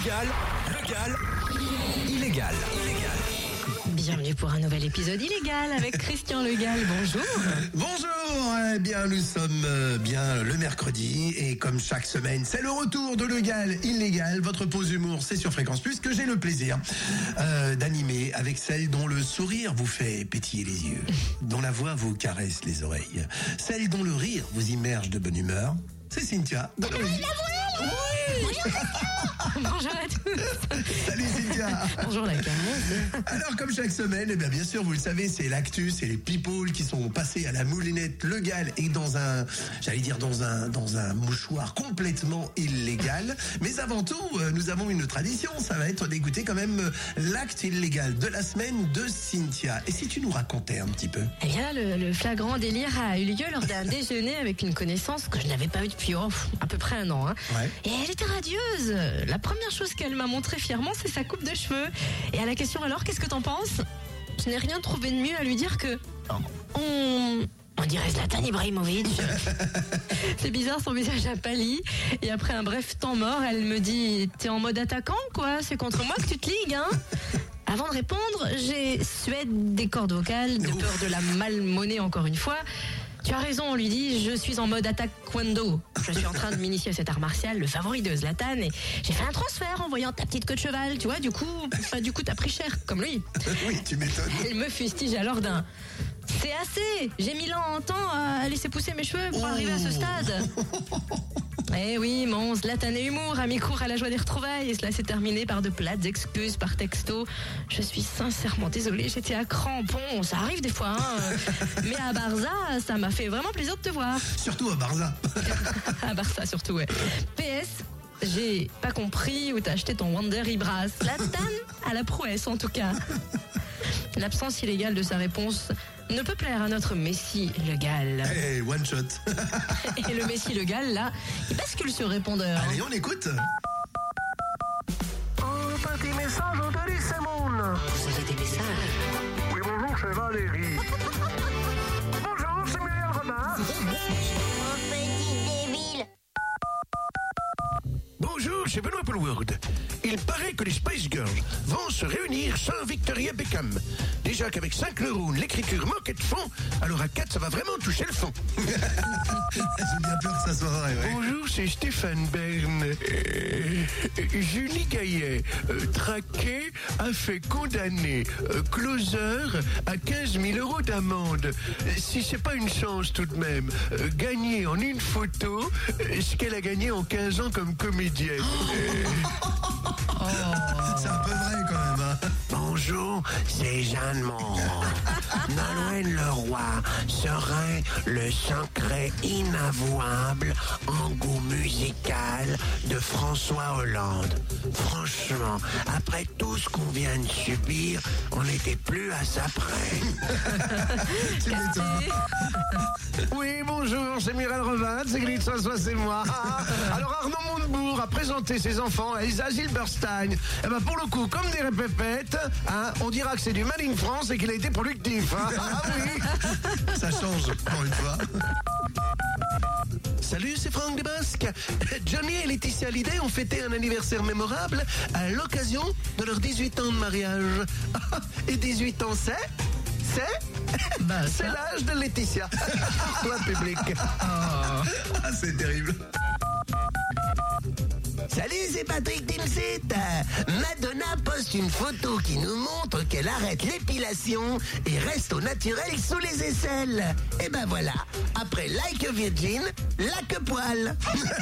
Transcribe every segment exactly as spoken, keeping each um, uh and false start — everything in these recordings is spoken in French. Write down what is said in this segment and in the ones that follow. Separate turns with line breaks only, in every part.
Légal, légal, illégal, illégal.
Bienvenue pour un nouvel épisode illégal avec Christian Legal. Bonjour.
Bonjour. Eh bien, nous sommes euh, bien le mercredi et comme chaque semaine, c'est le retour de Legal, illégal. Votre pause humour, c'est sur Fréquence Plus que j'ai le plaisir euh, d'animer avec celle dont le sourire vous fait pétiller les yeux, dont la voix vous caresse les oreilles, celle dont le rire vous immerge de bonne humeur. C'est Cynthia.
Ah, la voilà. Bonjour à tous.
Salut Cynthia.
Bonjour la caresse.
Alors comme chaque semaine, eh bien, bien sûr vous le savez, c'est l'actu, c'est les people qui sont passés à la moulinette Legal et dans un, j'allais dire dans un dans un mouchoir complètement illégal. Mais avant tout, euh, nous avons une tradition, ça va être d'écouter quand même l'acte illégal de la semaine de Cynthia. Et si tu nous racontais un petit peu?
Eh bien, le, le flagrant délire a eu lieu lors d'un déjeuner avec une connaissance que je n'avais pas vue depuis oh, à peu près un an. Hein.
Ouais.
Et elle était radieuse. La première chose qu'elle m'a montré fièrement, c'est sa coupe de cheveux. Et à la question alors, qu'est-ce que t'en penses? Je n'ai rien trouvé de mieux à lui dire que on, on dirait Zlatan Ibrahimovic. C'est bizarre, son visage a pâli. Et après un bref temps mort, elle me dit: t'es en mode attaquant, quoi? C'est contre moi que tu te ligues, hein? Avant de répondre, j'ai sué des cordes vocales, de peur de la malmonnaie encore une fois. Tu as raison, on lui dit, je suis en mode taekwondo. Je suis en train de m'initier à cet art martial, le favori de Zlatan, et j'ai fait un transfert en voyant ta petite queue de cheval, tu vois, du coup, bah, du coup, t'as pris cher, comme lui.
Oui, tu m'étonnes.
Elle me fustige alors d'un: c'est assez, j'ai mis longtemps à laisser pousser mes cheveux pour
Oh.
arriver à ce stade. Eh oui, mon Zlatan et humour a mis court à la joie des retrouvailles et cela s'est terminé par de plates excuses par texto. Je suis sincèrement désolée, j'étais à crampons, ça arrive des fois, hein. Mais à Barça, ça m'a fait vraiment plaisir de te voir.
Surtout à Barça.
À Barça surtout, ouais. P S, j'ai pas compris où t'as acheté ton Wander Ibras. Zlatan à la prouesse en tout cas. L'absence illégale de sa réponse ne peut plaire à notre Messi Legal.
Hey, one shot.
Et le Messi Legal, là, il bascule sur répondeur.
Allez, on écoute.
Un petit message au Denis Semoun.
Vous avez des messages?
Oui, bonjour, c'est Valérie. Bonjour, c'est Muriel Robin.
Bonjour, c'est Benoît Poulward. Il paraît que les Spice Girls vont se réunir sans Victoria Beckham. Déjà qu'avec cinq neurones, l'écriture manquait de fond, alors à quatre, ça va vraiment toucher le fond.
J'ai bien peur que ça soit vrai, ouais.
Bonjour, c'est Stéphane Bern. Euh, Julie Gaillet, euh, traqué, a fait condamner euh, Closer à quinze mille euros d'amende. Euh, Si c'est pas une chance tout de même, euh, gagner en une photo euh, ce qu'elle a gagné en quinze ans comme comédienne. Euh,
C'est un peu vrai quand même, hein.
Bonjour, c'est Jeanne Moreau. Nolwenn Leroy serait le secret inavouable en goût musical de François Hollande. Franchement, après tout ce qu'on vient de subir, on n'était plus à ça près.
Tu m'étonnes.
Oui, bonjour, c'est Muriel Robin, c'est Glitch François, c'est moi. Alors Arnaud Montebourg a présenté ses enfants à Elsa Zilberstein. Et ben pour le coup, comme des répépettes, hein, on dira que c'est du Made in France et qu'il a été productif. Hein. Ah oui.
Ça change, pour une fois.
Salut, c'est Franck Desbasques. Johnny et Laetitia Hallyday ont fêté un anniversaire mémorable à l'occasion de leurs dix-huit ans de mariage. Et dix-huit ans, c'est C'est
Bah,
C'est
ça.
l'âge de Laetitia. Toi, public.
Ah, c'est terrible.
Salut, c'est Patrick Timsit. Madonna poste une photo qui nous montre qu'elle arrête l'épilation et reste au naturel sous les aisselles. Et ben voilà, après Like a Virgin, la que poil.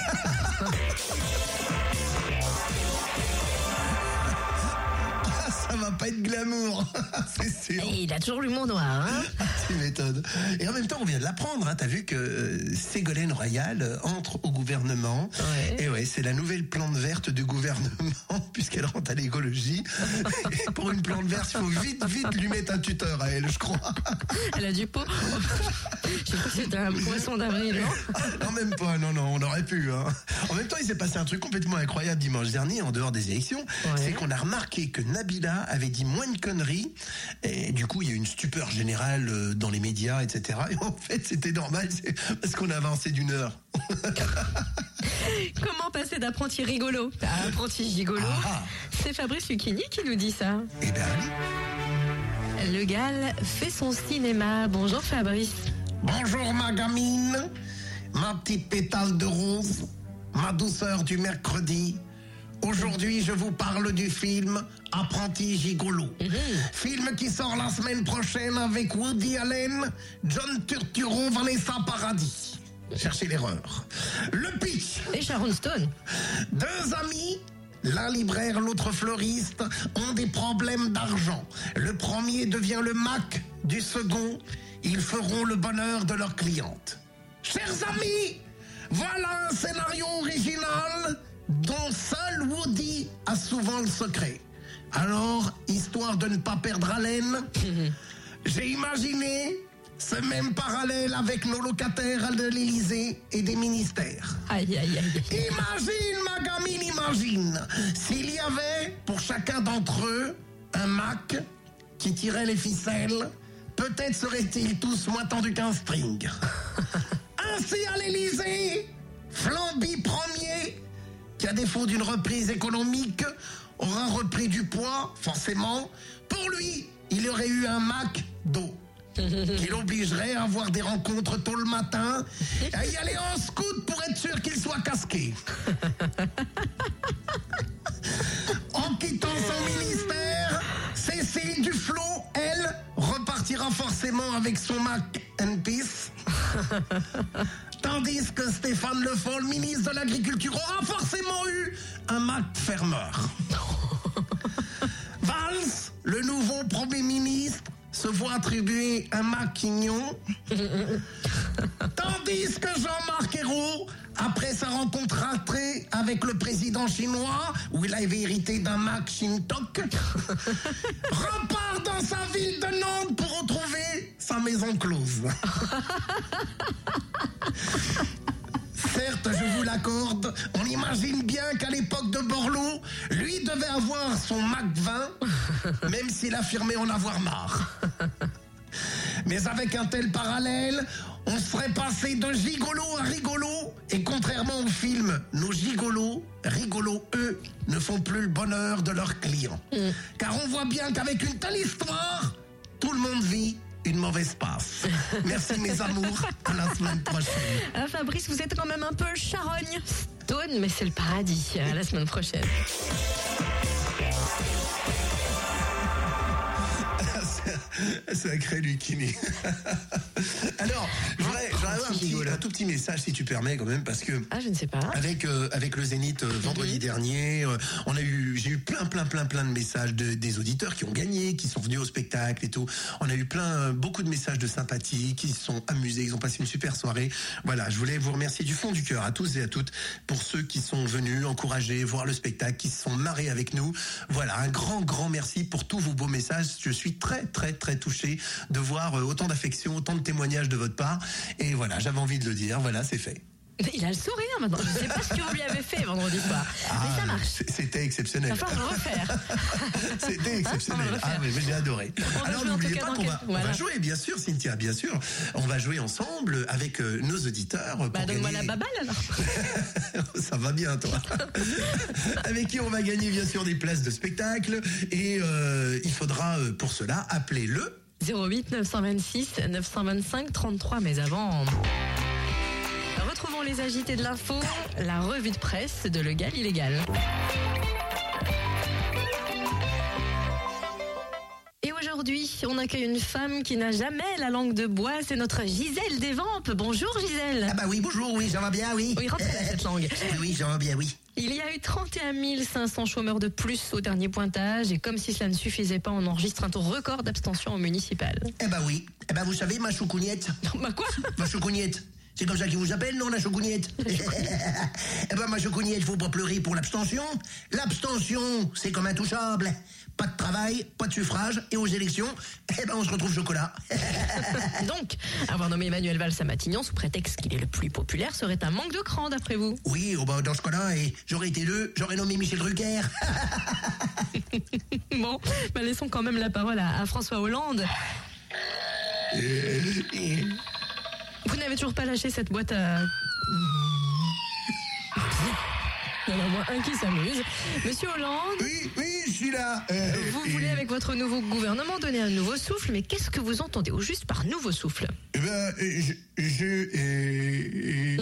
Ça va pas être glamour, c'est sûr.
Et il a toujours l'humour noir, hein.
Tu m'étonnes. Et en même temps, on vient de l'apprendre, hein. T'as vu que euh, Ségolène Royal euh, entre au gouvernement.
Ouais.
Et ouais, c'est la nouvelle plante verte du gouvernement, puisqu'elle rentre à l'écologie. Et pour une plante verte, il faut vite, vite lui mettre un tuteur à elle, je crois.
Elle a du pot. J'ai cru que c'était un poisson d'avril, non?
Non, même pas, non, non, on aurait pu. Hein. En même temps, il s'est passé un truc complètement incroyable dimanche dernier, en dehors des élections.
Ouais.
C'est qu'on a remarqué que Nabila avait dit moins de conneries. Et du coup, il y a eu une stupeur générale dans les médias, et cetera. Et en fait, c'était normal, c'est parce qu'on a avancé d'une heure.
Comment passer d'apprenti rigolo à apprenti gigolo?
Ah.
C'est Fabrice Lucchini qui nous dit ça.
Eh bien, oui.
Le Gall fait son cinéma. Bonjour Fabrice.
Bonjour ma gamine, ma petite pétale de rose, ma douceur du mercredi. Aujourd'hui, je vous parle du film Apprenti Gigolo.
Mmh.
Film qui sort la semaine prochaine avec Woody Allen, John Turturro, Vanessa Paradis. Cherchez l'erreur. Le pitch.
Et Sharon Stone.
Deux amis, l'un libraire, l'autre fleuriste, ont des problèmes d'argent. Le premier devient le Mac du second. Ils feront le bonheur de leur cliente. Chers amis, voilà un scénario original dont seul Woody a souvent le secret. Alors, histoire de ne pas perdre haleine, j'ai imaginé ce même parallèle avec nos locataires de l'Élysée et des ministères.
Aïe, aïe, aïe.
Imagine, ma gamine, imagine, s'il y avait pour chacun d'entre eux un Mac qui tirait les ficelles, peut-être seraient-ils tous moins tendus qu'un string. Ainsi à l'Élysée, Flamby premier, qui à défaut d'une reprise économique, aura repris du poids, forcément. Pour lui, il y aurait eu un Mac d'eau. Qui l'obligerait à avoir des rencontres tôt le matin et à y aller en scout pour être sûr qu'il soit casqué. En quittant son ministère, Cécile Duflot, elle, repartira forcément avec son Mac and Peace. Tandis que Stéphane Le Foll, ministre de l'Agriculture, aura forcément eu un Mac fermeur. Valls, le nouveau Premier ministre, se voit attribuer un maquignon, tandis que Jean-Marc Ayrault, après sa rencontre ratée avec le président chinois, où il avait hérité d'un Mac Shintok, repart dans sa ville de Nantes pour retrouver sa maison close. Certes, je vous l'accorde, on imagine bien qu'à l'époque de Borloo, lui devait avoir son Mac vingt, même s'il affirmait en avoir marre. Mais avec un tel parallèle, on serait passé de gigolo à rigolo, et contrairement au film, nos gigolos, rigolos, eux, ne font plus le bonheur de leurs clients. Mm. Car on voit bien qu'avec une telle histoire, tout le monde vit une mauvaise passe. Merci mes amours, à la semaine prochaine.
Ah, Fabrice, vous êtes quand même un peu charogne Stone, mais c'est le paradis. À la semaine prochaine.
Sacré Lucchini. Alors, je voudrais, je voudrais avoir un, petit, un tout petit message, si tu permets, quand même, parce que
ah, je ne sais pas.
Avec euh, avec le Zénith euh, vendredi mm-hmm. dernier, euh, on a eu, j'ai eu plein, plein, plein, plein de messages de, des auditeurs qui ont gagné, qui sont venus au spectacle et tout. On a eu plein, beaucoup de messages de sympathie, qui se sont amusés, ils ont passé une super soirée. Voilà, je voulais vous remercier du fond du cœur à tous et à toutes pour ceux qui sont venus encourager, voir le spectacle, qui se sont marrés avec nous. Voilà, un grand, grand merci pour tous vos beaux messages. Je suis très, très, très touché de voir autant d'affection, autant de témoignages de votre part. Et voilà, j'avais envie de le dire. Voilà, c'est fait.
Il a le sourire maintenant. Je ne sais pas ce que vous lui avez fait vendredi soir.
Ah,
mais ça marche.
C'était exceptionnel.
Ça va le refaire.
C'était exceptionnel. Ah, mais j'ai adoré.
On
Alors n'oubliez pas qu'on va, voilà. on va jouer, bien sûr, Cynthia, bien sûr. On va jouer ensemble avec euh, nos auditeurs. Pour
bah, donne-moi
gagner...
la baballe alors.
Ça va bien, toi. Avec qui on va gagner, bien sûr, des places de spectacle. Et euh, il faudra, euh, pour cela, appeler le
zéro huit neuf cent vingt-six neuf cent vingt-cinq trente-trois. Mais avant... Retrouvons les agités de l'info, la revue de presse de Le Gall illégal. Et aujourd'hui, on accueille une femme qui n'a jamais la langue de bois, c'est notre Gisèle Desvampes. Bonjour Gisèle.
Ah bah oui, bonjour, oui, ça va bien, oui.
Oui, rentre dans cette langue.
Oui, oui, ça va bien, oui.
Il y a eu trente et un mille cinq cents chômeurs de plus au dernier pointage et comme si cela ne suffisait pas, on enregistre un taux record d'abstention au municipal.
Eh bah oui, eh bah vous savez, ma choucougnette.
Bah quoi?
Ma choucougnette. C'est comme ça qu'ils vous appellent, non, la choucougnette? Eh ben, ma choucougnette, faut pas pleurer pour l'abstention. L'abstention, c'est comme intouchable. Pas de travail, pas de suffrage, et aux élections, eh ben, on se retrouve chocolat.
Donc, avoir nommé Emmanuel Valls à Matignon sous prétexte qu'il est le plus populaire serait un manque de cran, d'après vous?
Oui, oh bah, dans ce cas-là, et j'aurais été le, j'aurais nommé Michel Drucker.
Bon, bah, laissons quand même la parole à, à François Hollande. Vous n'avez toujours pas lâché cette boîte à... Il y en a au moins un qui s'amuse. Monsieur Hollande,
Oui, oui, je suis là. Euh,
vous
et-
voulez avec votre nouveau gouvernement donner un nouveau souffle, mais qu'est-ce que vous entendez au juste par nouveau souffle?
Eh ben, euh, je... je euh,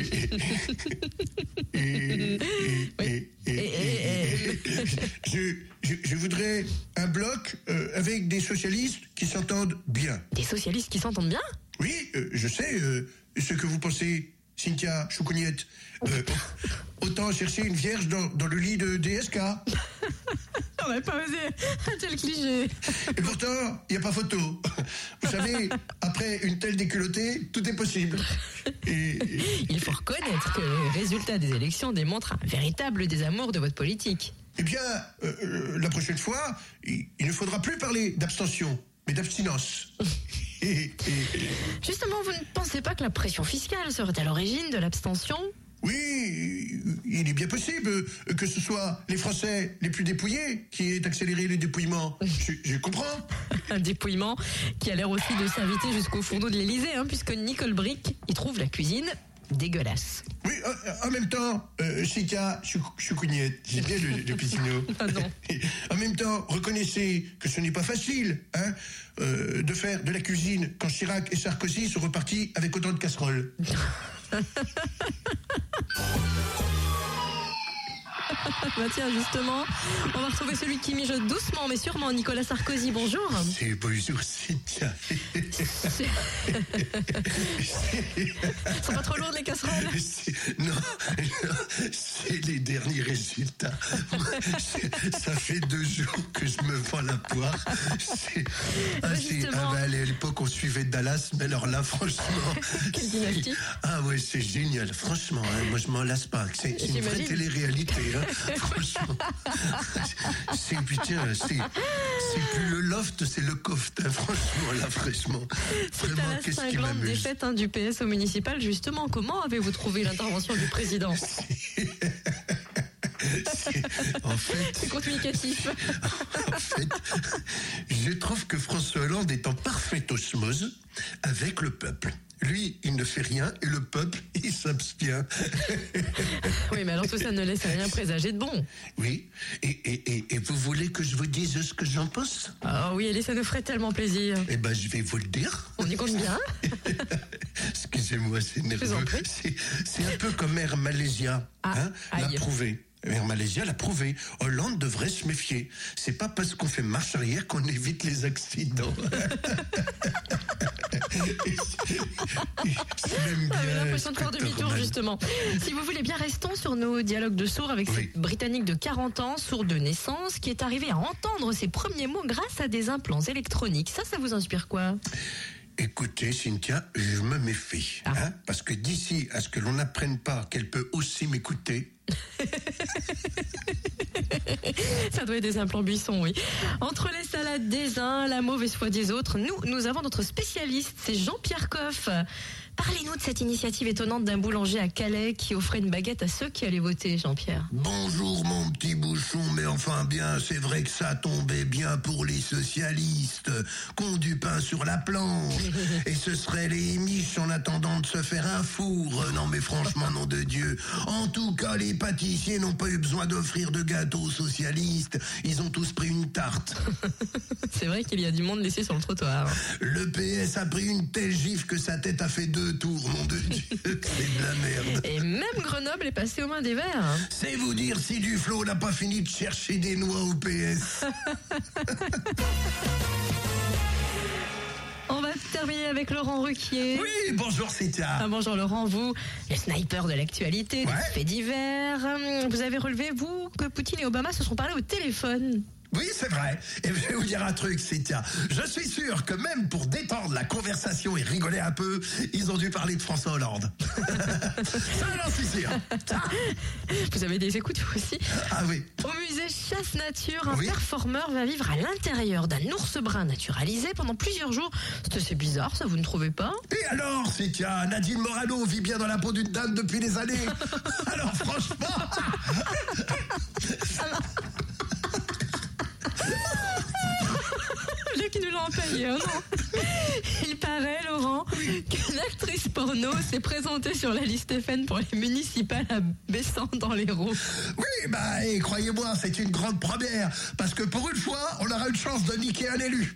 euh, euh, euh, euh, euh, euh, euh, je, je, je voudrais un bloc euh, avec des socialistes qui s'entendent bien.
Des socialistes qui s'entendent bien?
Oui, euh, je sais euh, ce que vous pensez, Cynthia Choucouniette. Euh, autant chercher une vierge dans, dans le lit de D S K.
On n'aurait pas osé un tel cliché.
Et pourtant, il n'y a pas photo. Vous savez, après une telle déculottée, tout est possible. Et, et-
Il faut reconnaître que les résultats des élections démontrent un véritable désamour de votre politique.
eh bien, euh, euh, la prochaine fois, il, il ne faudra plus parler d'abstention, mais d'abstinence. Et, et- et-
Justement, vous ne pensez pas que la pression fiscale serait à l'origine de l'abstention?
oui, il est bien possible que ce soit les Français les plus dépouillés qui aient accéléré le dépouillement. Je, je comprends.
Un dépouillement qui a l'air aussi de s'inviter jusqu'au fourneau de l'Élysée, hein, puisque Nicole Brick y trouve la cuisine dégueulasse.
Oui, en, en même temps, euh, Chica Chou- Choucouniette, j'ai bien le, le piscino.
Ah non.
En même temps, reconnaissez que ce n'est pas facile hein, euh, de faire de la cuisine quand Chirac et Sarkozy sont repartis avec autant de casseroles.
Bah tiens, justement, on va retrouver celui qui mijote doucement mais sûrement, Nicolas Sarkozy, bonjour.
C'est bonjour, Cynthia.
C'est sont pas trop lourdes les casseroles?
C'est- Non, non, c'est les derniers résultats. Moi, c'est- ça fait deux jours que je me vends la poire. C'est- ah,
bah,
c'est-
justement.
ah, bah, à l'époque, on suivait Dallas, mais alors là, franchement.
Quelle
c'est-
dynastie.
Ah ouais, c'est génial, franchement. hein, moi, je m'en lasse pas. C'est c'est une vraie
J'imagine.
télé-réalité, hein, franchement. C'est putain, c'est c'est plus le loft, c'est le coft, hein, franchement, là, fraîchement.
Suite à
Vraiment,
la
qu'est-ce qui
cinglante
m'amuse.
défaite hein, du P S au municipal, justement, comment avez-vous trouvé l'intervention du président?
C'est- En fait,
C'est communicatif.
En fait, je trouve que François Hollande est en parfaite osmose avec le peuple. Lui, il ne fait rien et le peuple, il s'abstient.
Oui, mais alors tout ça ne laisse rien présager de bon.
Oui, et, et, et, et vous voulez que je vous dise ce que j'en pense?
Ah oui, allez, ça nous ferait tellement plaisir.
Eh ben, je vais vous le dire.
On y compte bien.
Excusez-moi, c'est
vous en
nerveux.
prie.
C'est c'est un peu comme Air Malaysia.
Ah,
hein, l'a
aïe.
prouvé. Air Malaysia l'a prouvé. Hollande devrait se méfier. C'est pas parce qu'on fait marche arrière qu'on évite les accidents. J'aime
Ah, mais
bien
l'impression de faire demi-tour,
Scotterman.
justement. Si vous voulez bien, restons sur nos dialogues de sourds avec
Oui.
cette Britannique de quarante ans, sourde de naissance, qui est arrivée à entendre ses premiers mots grâce à des implants électroniques. Ça, ça vous inspire quoi?
Écoutez, Cynthia, je me méfie.
Ah.
hein, parce que d'ici à ce que l'on n'apprenne pas qu'elle peut aussi m'écouter,
Ça doit être des implants Buisson, oui. Entre les salades des uns, la mauvaise foi des autres, nous, nous avons notre spécialiste, c'est Jean-Pierre Coff. Parlez-nous de cette initiative étonnante d'un boulanger à Calais qui offrait une baguette à ceux qui allaient voter, Jean-Pierre.
bonjour mon petit bouchon, mais enfin bien, c'est vrai que ça tombait bien pour les socialistes, qu'ont du pain sur la planche, et ce serait les miches en attendant de se faire un four. Non mais franchement, nom de Dieu. En tout cas, les pâtissiers n'ont pas eu besoin d'offrir de gâteaux aux socialistes, ils ont tous pris une tarte.
C'est vrai qu'il y a du monde laissé sur le trottoir.
Le P S a pris une telle gifle que sa tête a fait deux tours, nom de Dieu, c'est de la merde.
Et même Grenoble est passé aux mains des Verts. hein.
C'est vous dire si Duflo n'a pas fini de chercher des noix au P S.
On va terminer avec Laurent Ruquier.
Oui, bonjour
Ah,
Cynthia.
bonjour Laurent, vous, le sniper de l'actualité, des
Ouais.
faits divers. Hum, Vous avez relevé, vous, que Poutine et Obama se sont parlé au téléphone.
Oui, c'est vrai. Et je vais vous dire un truc, Cynthia. Je suis sûr que même pour détendre la conversation et rigoler un peu, ils ont dû parler de François Hollande. Ça, j'en suis sûr.
Vous avez des écoutes, vous aussi.
Ah oui.
Au musée Chasse Nature, un
Oui.
performeur va vivre à l'intérieur d'un ours brun naturalisé pendant plusieurs jours. C'est assez bizarre, ça, vous ne trouvez pas?
Et alors, Cynthia, Nadine Morano vit bien dans la peau d'une dame depuis des années. Alors franchement...
Le qui nous l'a empayé, hein, non? Il paraît, Laurent, qu'une actrice porno s'est présentée sur la liste F N pour les municipales à Bessan dans l'Hérault.
Oui, bah, et croyez-moi, c'est une grande première. Parce que pour une fois, on aura une chance de niquer un élu.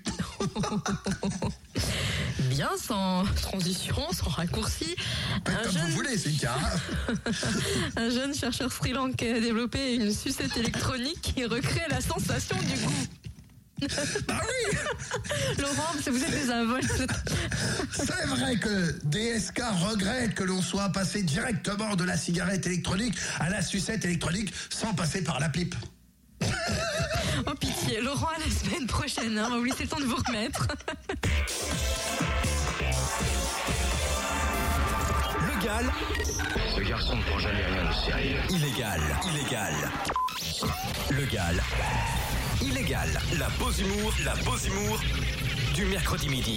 Bien, sans transition, sans raccourci.
Faites comme
jeune...
vous voulez, Cynthia.
Un jeune chercheur Sri Lankais a développé une sucette électronique qui recrée la sensation du goût.
Bah oui.
Laurent, vous êtes désinvolte.
C'est vrai que D S K regrette que l'on soit passé directement de la cigarette électronique à la sucette électronique sans passer par la pipe.
Oh pitié, Laurent, à la semaine prochaine, hein, on va vous laisser le temps de vous remettre.
Le Gall.
Ce garçon ne prend jamais rien de sérieux.
Illégal, illégal. Le Gall. Illégal. La pause humour, la pause humour du mercredi midi.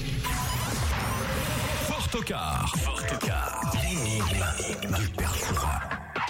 Fort au quart. Fort au quart. L'énigme du père Fouras.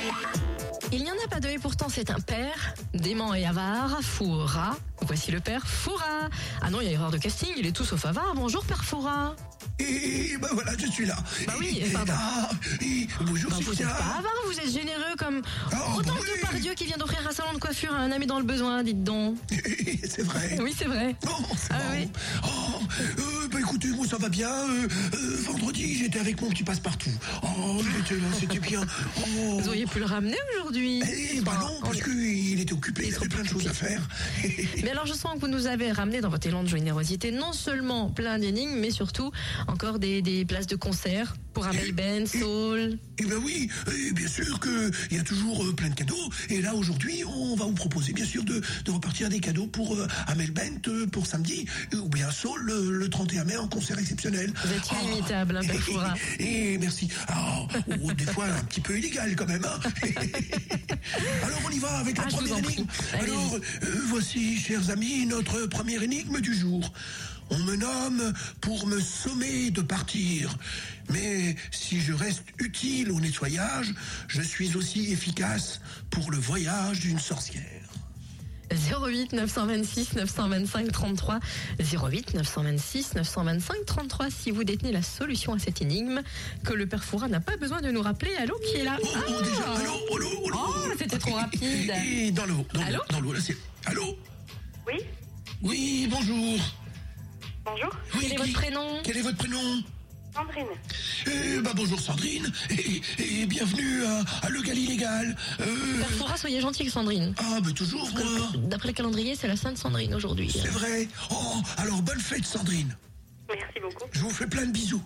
Il n'y en a pas deux et pourtant c'est un père, dément et avare, Fouras. Voici le père Fouras. Ah non, il y a erreur de casting, il est tout sauf avare. Bonjour père Fouras.
Et ben voilà, je suis là.
Bah oui,
et,
pardon.
Ah, et, bonjour,
Bah, vous
Cynthia.
n'êtes pas avare, vous êtes généreux comme
Oh,
autant
bah
que
oui.
Depardieu qui vient d'offrir un salon de coiffure à un ami dans le besoin, dites donc.
C'est vrai.
Oui, c'est vrai.
Oh, c'est
Ah
marrant.
oui.
Oh, euh, bah écoutez, moi ça va bien. Euh, euh, vendredi, j'étais avec mon petit passe-partout. Oh, j'étais là, c'était bien. Oh.
Vous auriez pu le ramener aujourd'hui.
Eh bah non, parce qu'il était occupé, il avait plein de choses à faire.
Mais alors je sens que vous nous avez ramené dans votre élan de générosité non seulement plein d'énigmes, mais surtout encore des, des places de concert pour Amel Ben, Soul.
Eh ben oui, et bien sûr qu'il y a toujours euh, plein de cadeaux. Et là, aujourd'hui, on va vous proposer, bien sûr, de, de repartir des cadeaux pour euh, Amel Bent euh, pour samedi, euh, ou bien Saul le, le trente et un mai en concert exceptionnel.
Vous êtes inimitable, hein, Père Fouras.
Et, et merci. Ah, oh, des fois, un petit peu illégal quand même. Hein. Alors, on y va avec la
Ah, je vous
première
en prie.
énigme.
Allez-y.
Alors, euh, voici, chers amis, notre première énigme du jour. On me nomme pour me sommer de partir. Mais si je reste utile au nettoyage, je suis aussi efficace pour le voyage d'une sorcière.
zéro huit neuf cent vingt-six neuf cent vingt-cinq trente-trois zéro huit neuf cent vingt-six neuf cent vingt-cinq trente-trois si vous détenez la solution à cette énigme que le père Fouras n'a pas besoin de nous rappeler. Allô, qui est là?
Oh, oh, déjà, allô, allô, allô.
Oh, c'était trop rapide.
Et, et dans l'eau, dans
Allô
l'eau, dans l'eau, là c'est... Allô?
Oui,
Oui, bonjour.
bonjour,
Oui,
Quel est
qui-
votre prénom?
Quel est votre prénom?
Sandrine.
Eh bah bonjour Sandrine, et, et bienvenue à, à Le Gall Illégal. Euh,
Père Fouras, soyez gentil avec Sandrine.
ah, mais toujours, moi.
D'après le calendrier, c'est la Sainte Sandrine aujourd'hui.
C'est vrai. Oh, alors bonne fête Sandrine.
Merci beaucoup.
Je vous fais plein de bisous.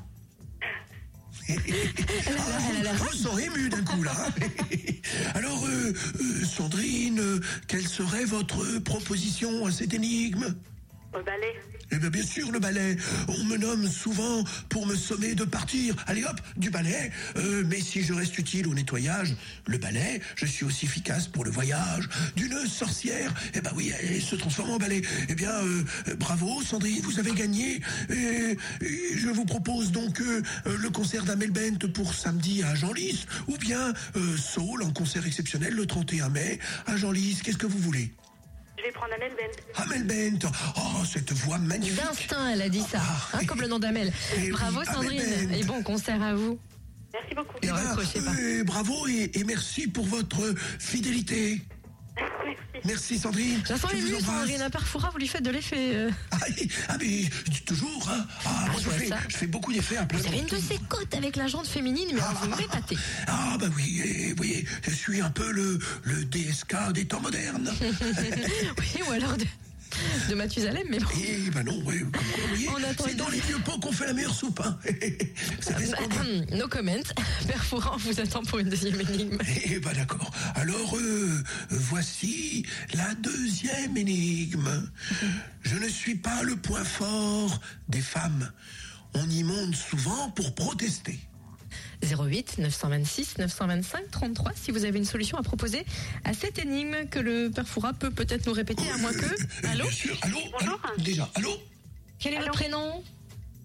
Ah, vous, vous serez ému d'un coup là. Alors, euh, euh, Sandrine, euh, quelle serait votre proposition à cette énigme?
Au balai.
Eh bien, bien sûr, le balai. On me nomme souvent pour me sommer de partir. Allez hop, du balai. Euh, mais si je reste utile au nettoyage, le balai, je suis aussi efficace pour le voyage d'une sorcière. Eh ben oui, elle se transforme en balai. Eh bien, euh, euh, bravo, Sandrine, vous avez gagné. Et, et je vous propose donc euh, euh, le concert d'Amel Bent pour samedi à Genlis, ou bien euh, Saul en concert exceptionnel le trente et un mai à Genlis. Qu'est-ce que vous voulez?
Je vais prendre Amel Ben.
Amel Bent, oh, cette voix magnifique.
D'instinct, elle a dit ça,
Ah,
hein, comme le nom d'Amel.
eh oui,
Bravo
Amel
Sandrine,
Bent.
et bon concert à vous.
Merci beaucoup.
Eh
Ne
ben,
raccrochez pas.
euh, bravo et, et merci pour votre fidélité.
Merci.
Merci Sandrine.
Je la sens
Je vous
émue,
embrasse.
Sandrine. Un Père Fouras, vous lui faites de l'effet. euh.
Ah, et- ah, mais je dis toujours, hein. Ah, moi,
je
je,
vois
fais,
ça.
je fais beaucoup d'effets à plein
Vous avez une de ces côtes avec la jante féminine, mais vous m'épatez.
Ah bah oui, et vous voyez, je suis un peu le, le D S K des temps modernes.
Oui, ou alors de, de Mathusalem, mais bon.
Et bah non, ouais, comme quoi, vous voyez,
On attend
c'est
une
dans les vieux pots qu'on fait la meilleure soupe. Hein. Ça fait ce qu'on dit.
No comment. Père Fouras, on vous attend pour une deuxième énigme.
Eh ben d'accord. Alors, euh, voici la deuxième énigme. Je ne suis pas le point fort des femmes. On y monte souvent pour protester.
zéro huit neuf cent vingt-six neuf cent vingt-cinq trente-trois si vous avez une solution à proposer à cette énigme que le Père Fouras peut peut-être nous répéter, à moins que...
Euh,
Allô?
Bien sûr. Allô,
Bonjour.
allô. Déjà, allô.
Quel est
Allô?
votre prénom?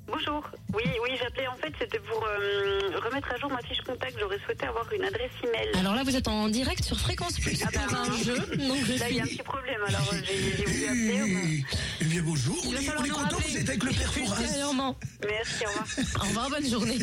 Bonjour. Oui, oui, j'appelais en fait, c'était pour euh, remettre à jour ma fiche contact. J'aurais souhaité avoir une adresse email.
Alors là, vous êtes en direct sur Fréquence Plus
Ah bah,
pour un jeu. Donc je
Là, il y a un
suis...
petit problème, alors euh, j'ai, j'ai voulu appeler. mais-
Eh, eh bien bonjour,
Il
on
va
est,
falloir
on est
nous
content,
rappeler
vous êtes avec le père Fouras.
ultérieurement.
Merci, au revoir.
Au revoir, bonne journée.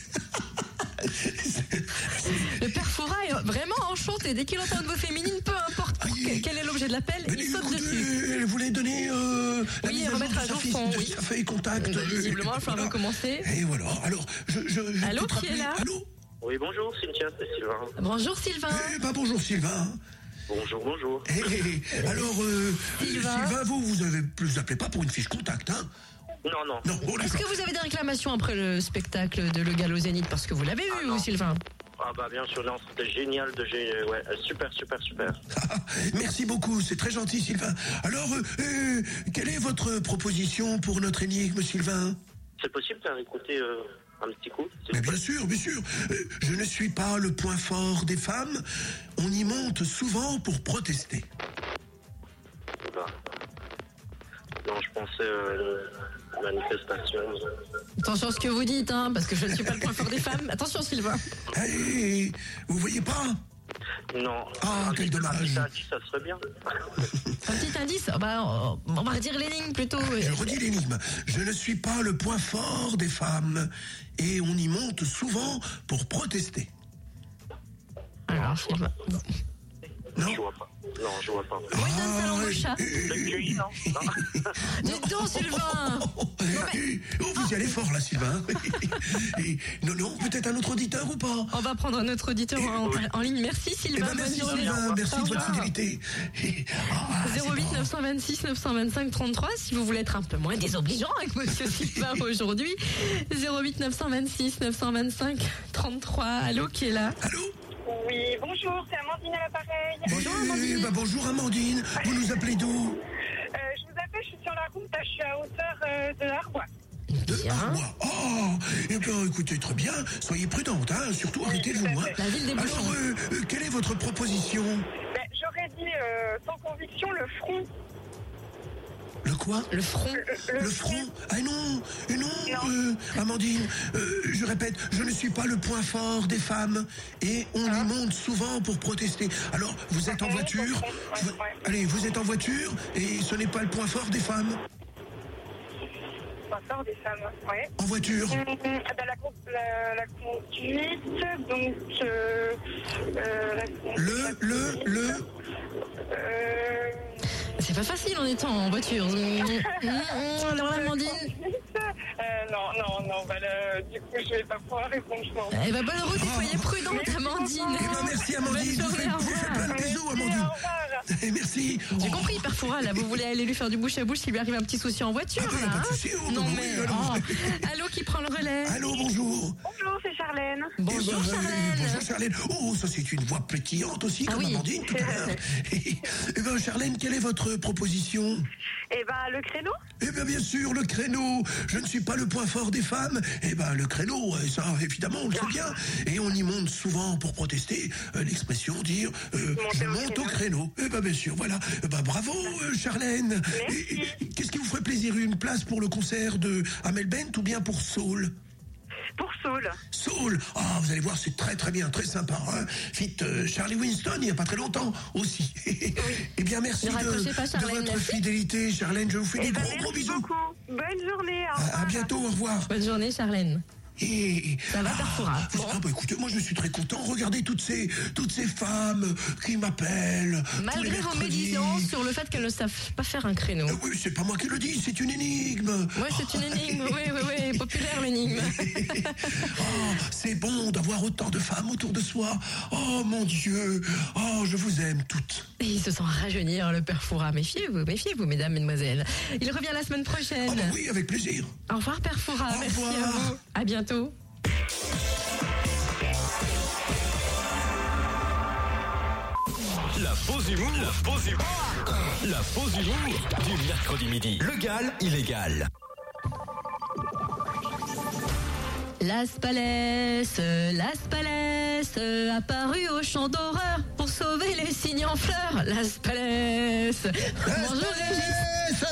Le père Fouras est vraiment enchanté. Dès qu'il entend une voix féminine, peu importe pour que- quel est l'objet de l'appel,
Mais
il saute
écoutez,
dessus.
vous voulez donner euh, la
Oui,
mise à
remettre
jour
à
de sa
jour
fiche-
son,
de
oui.
sa feuille contact.
Bah, visiblement, il va falloir
Voilà.
recommencer.
Et voilà, alors, je... je, je
Allô,
peux te
qui est
rappeler-
là
Allô
Oui, bonjour, Cynthia, c'est Sylvain.
Bonjour Sylvain.
Eh ben bonjour Sylvain.
Bonjour, bonjour.
Eh, eh, eh, alors, euh,
Sylvain.
Sylvain, vous, vous avez, vous appelez pas pour une fiche contact, hein?
Non, non.
Non, oh,
Est-ce
d'accord.
que vous avez des réclamations après le spectacle de Le Gall au Zénith? Parce que vous l'avez vu,
Ah,
vous,
non.
Sylvain.
Ah bah bien sûr, non, c'était génial de gé- ouais, super, super, super.
Ah, merci beaucoup, c'est très gentil Sylvain. Alors, euh, euh, quelle est votre proposition pour notre énigme, Sylvain?
C'est possible de faire écouter euh, un petit coup s'il
Mais
vous plaît.
bien sûr, bien sûr. Euh, je ne suis pas le point fort des femmes. On y monte souvent pour protester.
Bah. Non, je pensais euh, manifestation.
Attention à ce que vous dites, hein, parce que je ne suis pas le point fort des femmes. Attention, Sylvain.
Hey, vous voyez pas?
Non.
Ah,
Un
quel
petit-
dommage.
un petit indice, ça serait bien.
Un petit indice. Bah, on va redire l'énigme plutôt.
Je redis l'énigme. Je ne suis pas le point fort des femmes. Et on y monte souvent pour protester.
Alors, Sylvain.
Non?
Je vois pas. Non, je vois pas.
Moi, il donne sa langue au chat.
Le Q I, non, non.
Dites donc, Sylvain.
Oh, oh, vous y allez fort là, Sylvain. Et, non, non, peut-être un autre auditeur ou pas?
On va prendre un autre auditeur en, en ligne. Merci,
Eh
Sylvain.
ben, merci
Bonne journée.
Sylvain, merci
Au
de votre
revoir.
fidélité. Et- ah, c'est
zéro huit
bon.
neuf cent vingt-six neuf cent vingt-cinq trente-trois si vous voulez être un peu moins désobligeant avec monsieur Sylvain aujourd'hui. zéro huit neuf cent vingt-six neuf cent vingt-cinq trente-trois. Allô, qui est là?
Allô?
Oui, bonjour, c'est Amandine à l'appareil.
Bonjour,
Eh,
Amandine.
bah, bonjour Amandine. Vous nous appelez d'où?
Euh, je vous appelle, je suis sur la route, là, je suis à hauteur euh, de Arbois.
De
Bien.
Arbois. Oh, eh bien, écoutez, très bien. Soyez prudente, hein. Surtout, arrêtez le
tout à
loin.
fait.
La ville des
Alors,
bouchons.
euh, euh, quelle est votre proposition?
Ben, j'aurais dit euh, sans conviction le front.
Le quoi?
Le front.
Le front? Ah non, eh non, euh, Amandine, euh, je répète, je ne suis pas le point fort des femmes et on y monte souvent pour protester. Alors, vous êtes en
Ouais,
voiture,
ouais,
vous-
ouais.
allez, vous êtes en voiture et ce n'est pas le point fort des femmes.
Pas fort des femmes, ouais.
En voiture.
Hum, hum, ben, la, con- la, la conduite, donc... Euh, euh, la
Le,
conduite,
le, le,
Euh,
C'est pas facile en étant en voiture. Mmh, mmh, mmh. Alors, Amandine.
euh, non, non, non, bah, là, du coup, je vais pas pouvoir répondre, je pense.
Eh ben, bonne route et soyez prudente, Amandine.
Eh ben, merci Amandine,
Bonne
vous
journée,
faites,
au
vous faites
revoir.
plein de bisous
Merci,
Amandine.
au revoir.
Eh, merci.
J'ai
Oh.
compris, Père Fouras, là, vous voulez aller lui faire du bouche à bouche s'il lui arrive un petit souci en voiture,
Ah,
là,
pas de
hein
souci, oh,
Non,
bah oui,
mais...
alors.
oh. Allô, qui prend le relais?
Allô, bonjour.
Bonjour, c'est Charlène.
Bonjour,
Eh ben, euh,
Charlène.
Bonjour Charlène. Oh, ça c'est une voix pétillante aussi,
Ah
comme
oui.
Amandine tout à l'heure. Eh ben, Charlène, quelle est votre proposition?
Eh ben, le créneau.
Eh bien, bien sûr, le créneau. Je ne suis pas le point fort des femmes. Eh ben, le créneau, euh, ça, évidemment, on le sait bien. Et on y monte souvent pour protester. Euh, L'expression dire, euh,
Monter
je
au
monte au créneau. Eh ben, bien sûr, voilà. Eh ben, bravo, euh, Charlène.
Merci.
Et- et Qu'est-ce qui vous ferait plaisir? Une place pour le concert de Amel Bent ou bien pour Soul?
Pour Saul.
Soul, ah, vous allez voir, c'est très très bien, très sympa. Hein. Fit euh, Charlie Winston, il n'y a pas très longtemps aussi. Eh bien, merci
Ne
de,
raccrochez pas,
de
Charlène,
votre
merci.
fidélité, Charlène. Je vous fais
Eh
des
ben,
gros gros
merci
bisous.
beaucoup. Bonne journée. Au
À, à
revoir.
bientôt, au revoir.
Bonne journée, Charlène.
Et,
Ça va, Père Fouras?
ah, ah, bah, écoutez, moi je suis très content. Regardez toutes ces, toutes ces femmes qui m'appellent. tous les
Malgré vos
mercredis.
médisances sur le fait qu'elles ne savent pas faire un créneau.
Euh, oui, c'est pas moi qui le dis, c'est une énigme.
Ouais, c'est une énigme, oui, oui, oui, populaire l'énigme.
Oh, c'est bon d'avoir autant de femmes autour de soi. Oh mon Dieu, oh je vous aime toutes.
Et il se sent rajeunir, le Père Fouras. Méfiez-vous, méfiez-vous, mesdames, mesdemoiselles. Il revient la semaine prochaine.
Oh bah oui, avec plaisir.
Au revoir, Père Fouras.
Au
Merci
revoir.
à vous. À bientôt.
La pause humour, la pause humour, la pause humour du mercredi midi. Le Gall illégal.
Las Palais, Las Palais, apparu au champ d'horreur pour se sauver les cygnes en fleurs, Las Palais. Bonjour Régis.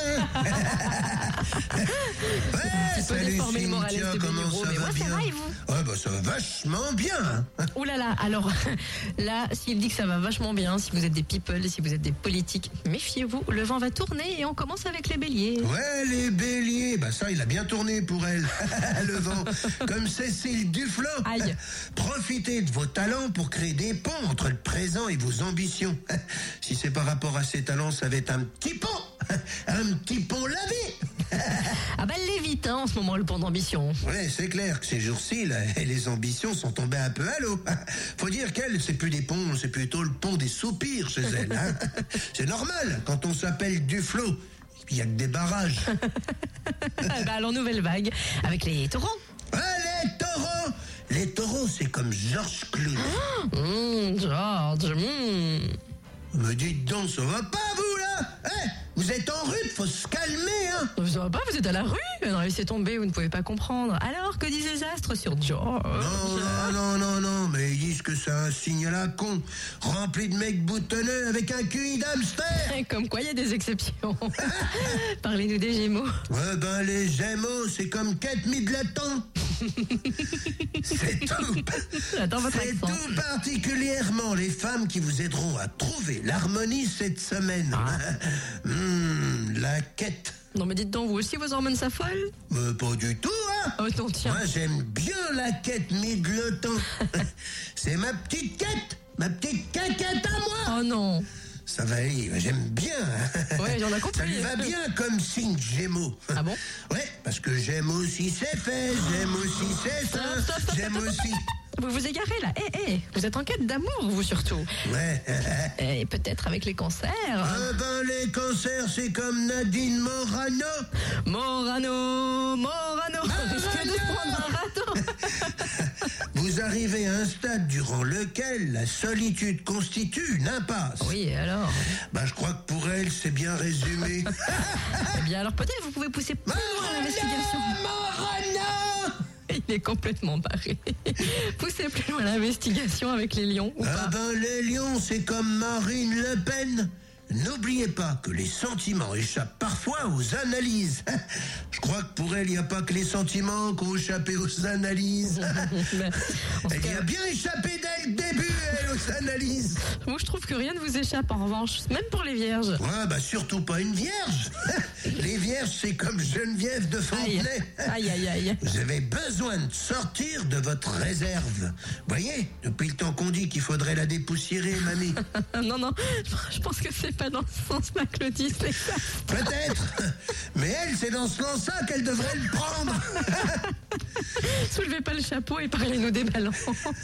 Ouais, salut
déformer le moraliste
Cynthia,
de
comment
Béliveau,
ça
mais
va
moi, ça
bien?
va, et vous?
Ouais, bah ça va vachement bien.
Ouh là là, alors là, s'il dit que ça va vachement bien, si vous êtes des people, si vous êtes des politiques, méfiez-vous, le vent va tourner et on commence avec les béliers.
Ouais, les béliers, bah ça, il a bien tourné pour elle, le vent. Comme Cécile Duflo.
Aïe.
Profitez de vos talents pour créer des ponts entre le présent et vos ambitions. Si c'est par rapport à ces talents, ça va être un petit pont. Un petit pont lavé.
Ah bah l'évite hein, en ce moment le pont d'ambition.
Ouais, c'est clair que ces jours-ci, là, les ambitions sont tombées un peu à l'eau. Faut dire qu'elle, c'est plus des ponts, c'est plutôt le pont des soupirs chez elle. Hein. C'est normal, quand on s'appelle Duflo, il n'y a que des barrages.
Ah bah alors nouvelle vague avec les taureaux.
Ah, les taureaux! Les taureaux, c'est comme Georges Clooney.
Mmh, George, mmh.
Me dites donc, ça va pas, vous, là? Eh, vous êtes en rue, faut se calmer, hein?
Ça va pas, vous êtes à la rue? Non, laissez tomber, vous ne pouvez pas comprendre. Alors, que disent les astres sur George?
Non, non, non, non, non, mais ils disent que c'est un signe à la con, rempli de mecs boutonneux avec un Q I d'hamster.
Comme quoi, il y a des exceptions. Parlez-nous des Gémeaux.
Ouais, ben, les Gémeaux, c'est comme Kate Middleton. C'est tout.
J'adore votre
C'est
accent.
tout particulièrement les femmes qui vous aideront à trouver l'harmonie cette semaine. Hmm, la quête.
Non mais dites donc, vous aussi vos hormones s'affolent?
Mais pas du tout, hein.
Oh non, tiens.
Moi, j'aime bien la quête Middleton. C'est ma petite quête, ma petite caquette à moi.
Oh non.
Ça va aller, j'aime bien.
Ouais, j'en ai compris.
Ça lui va bien comme signe Gémeaux.
Ah bon?
Ouais, parce que j'aime aussi ses fesses, j'aime aussi ses
Stop,
seins,
stop, stop,
j'aime
stop, stop,
aussi...
stop. Vous vous égarez là. Eh, eh, vous êtes en quête d'amour, vous surtout.
Ouais.
Et peut-être avec les cancers.
Ah ben, les cancers, c'est comme Nadine Morano.
Morano, Morano. Risque de prendre un râteau.
Vous arrivez à un stade durant lequel la solitude constitue une impasse.
Oui, et alors?
Ben, je crois que pour elle, c'est bien résumé.
Eh bien, alors peut-être vous pouvez pousser plus loin l'investigation.
Morano!
Il est complètement barré. Poussez plus loin l'investigation avec les lions ou
Ah
pas?
ben, les lions, c'est comme Marine Le Pen. N'oubliez pas que les sentiments échappent parfois aux analyses. Je crois que pour elle, il n'y a pas que les sentiments qui ont échappé aux analyses.
Mais, en tout
Elle y
cas,
a bien échappé dès le début, elle, aux analyses.
moi je trouve que rien ne vous échappe en revanche, même pour les vierges.
Ouais, bah surtout pas une vierge. Les vierges, c'est comme Geneviève de
Aïe,
Fontenay.
aïe, aïe, aïe.
Vous avez besoin de sortir de votre réserve. Voyez, depuis le temps qu'on dit qu'il faudrait la dépoussiérer, mamie.
Non, non, je pense que c'est pas dans ce sens, ma Claudie, c'est ça.
Peut-être. Mais elle, c'est dans ce sens-là qu'elle devrait le prendre.
Soulevez pas le chapeau et parlez-nous des balances.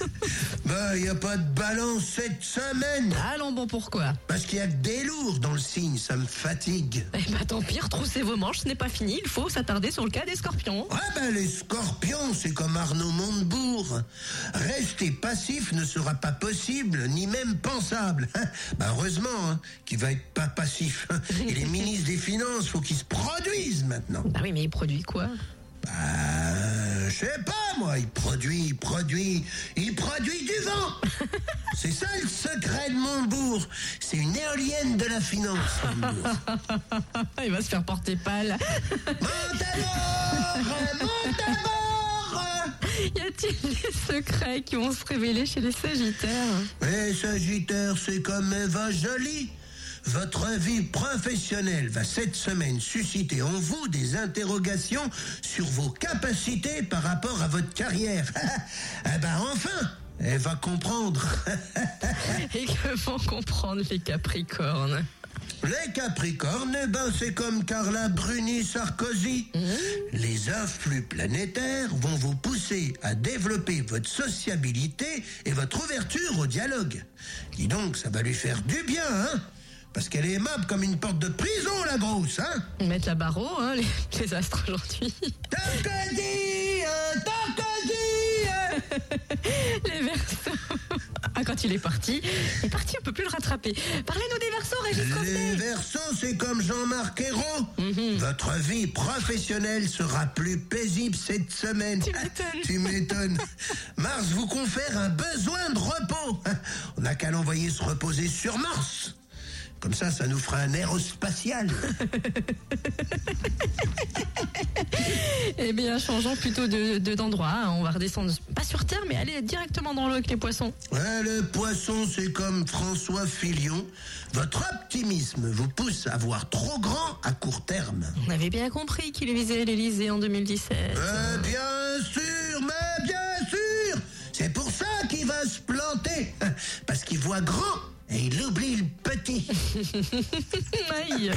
Bah, il n'y a pas de balance cette semaine.
Allons bon, pourquoi?
Parce qu'il y a que des lourds dans le signe, ça me fatigue.
Eh bah tant pis, retroussez vos manches, ce n'est pas fini, il faut s'attarder sur le cas des scorpions.
Ah ben les scorpions, c'est comme Arnaud Montebourg. Rester passif ne sera pas possible, ni même pensable. Ben heureusement hein, qu'il va être pas passif. Et les ministres des Finances, faut qu'ils se produisent maintenant.
Bah oui, mais il produit quoi?
Bah, je sais pas moi, il produit, il produit, il produit du vent. C'est ça le secret de Montebourg. C'est une éolienne de la finance, Montebourg.
Il va se faire porter pâle.
Montabord, Montabord.
Y a-t-il des secrets qui vont se révéler chez les Sagittaires?
Les Sagittaires, c'est comme Eva Jolie. Votre vie professionnelle va cette semaine susciter en vous des interrogations sur vos capacités par rapport à votre carrière. Eh ben enfin, elle va comprendre.
Et que vont comprendre les Capricornes?
Les Capricornes, eh ben c'est comme Carla Bruni Sarkozy.
Mmh.
Les influx planétaires vont vous pousser à développer votre sociabilité et votre ouverture au dialogue. Dis donc, ça va lui faire du bien, hein? Parce qu'elle est aimable comme une porte de prison, la grosse, hein?
Mettre la barreau, hein, les, les astres aujourd'hui.
Tarkozy, euh, Tarkozy, euh.
Les Verseaux. Ah, quand il est parti, il est parti, on peut plus le rattraper. Parlez-nous des Verseaux, Régis
Les
Cofflet.
Verseaux, c'est comme Jean-Marc Ayrault.
Mhm.
Votre vie professionnelle sera plus paisible cette semaine.
Tu m'étonnes.
Tu m'étonnes. Mars vous confère un besoin de repos. On n'a qu'à l'envoyer se reposer sur Mars. Comme ça, ça nous fera un aérospatial.
Eh bien, changeons plutôt de, de- d'endroit. hein. On va redescendre, pas sur Terre, mais aller directement dans l'eau avec les poissons.
Ouais, le poisson, c'est comme François Fillon. Votre optimisme vous pousse à voir trop grand à court terme.
On avait bien compris qu'il visait l'Elysée en deux mille dix-sept.
Euh, bien sûr, mais bien sûr. C'est pour ça qu'il va se planter. Parce qu'il voit grand et il oublie le petit.
Aïe.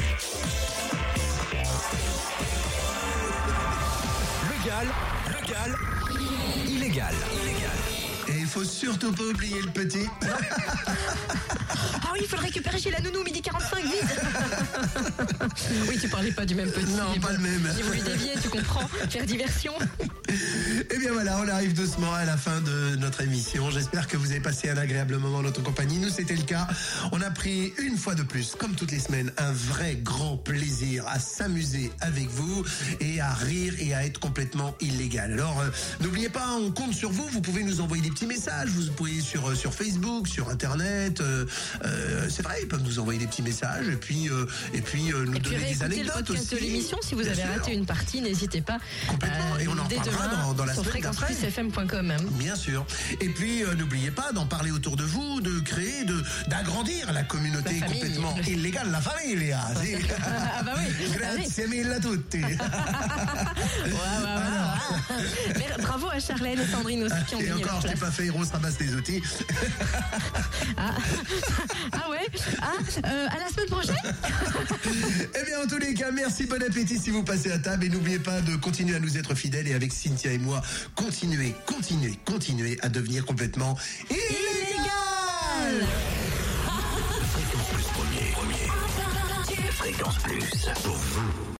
Légal, légal, illégal, illégal.
Et il faut surtout pas oublier le petit.
Ah oui, il faut le récupérer chez la nounou, midi quarante-cinq, vite. Oui, tu parlais pas du même petit.
Non,
mais
pas
bon,
le même.
J'ai voulu dévier, tu comprends. Faire diversion.
Eh bien voilà, on arrive doucement à la fin de notre émission. J'espère que vous avez passé un agréable moment en notre compagnie. Nous, c'était le cas. On a pris une fois de plus, comme toutes les semaines, un vrai grand plaisir à s'amuser avec vous et à rire et à être complètement illégal. Alors, euh, n'oubliez pas, on compte sur vous. Vous pouvez nous envoyer des petits messages. Vous pouvez sur euh, sur Facebook, sur Internet. Euh, euh, c'est vrai, ils peuvent nous envoyer des petits messages et puis euh, et puis euh, nous
Et puis
donner des
réécoutez le
anecdotes
podcast
aussi.
de l'émission. Si vous
Bien
avez
sûr.
raté une partie, n'hésitez pas.
Complètement. Et on en
dès
reparlera
demain
dans- dans la
sur
semaine
fréquence
d'après.
plus f m point com. hein.
Bien sûr. Et puis, euh, n'oubliez pas d'en parler autour de vous, de créer, de d'agrandir la communauté
La famille.
complètement illégale, la famille.
Ah bah oui. Ah oui.
Grazie mille a tutti.
Ouais, ouais, ouais, ouais. Mais bravo à Charlène et Sandrine aussi qui ont
Et
gagné
encore,
leur
je t'ai
place.
pas fait héros, se ramasse les outils.
Ah, ah ouais. Ah, euh, à la semaine prochaine.
Eh bien, en tous les cas, merci, bon appétit si vous passez à table. Et n'oubliez pas de continuer à nous être fidèles. Et avec Cynthia et moi, continuez, continuez, continuez à devenir complètement illégal.
Fréquence Plus premier, premier. Fréquence Plus pour vous.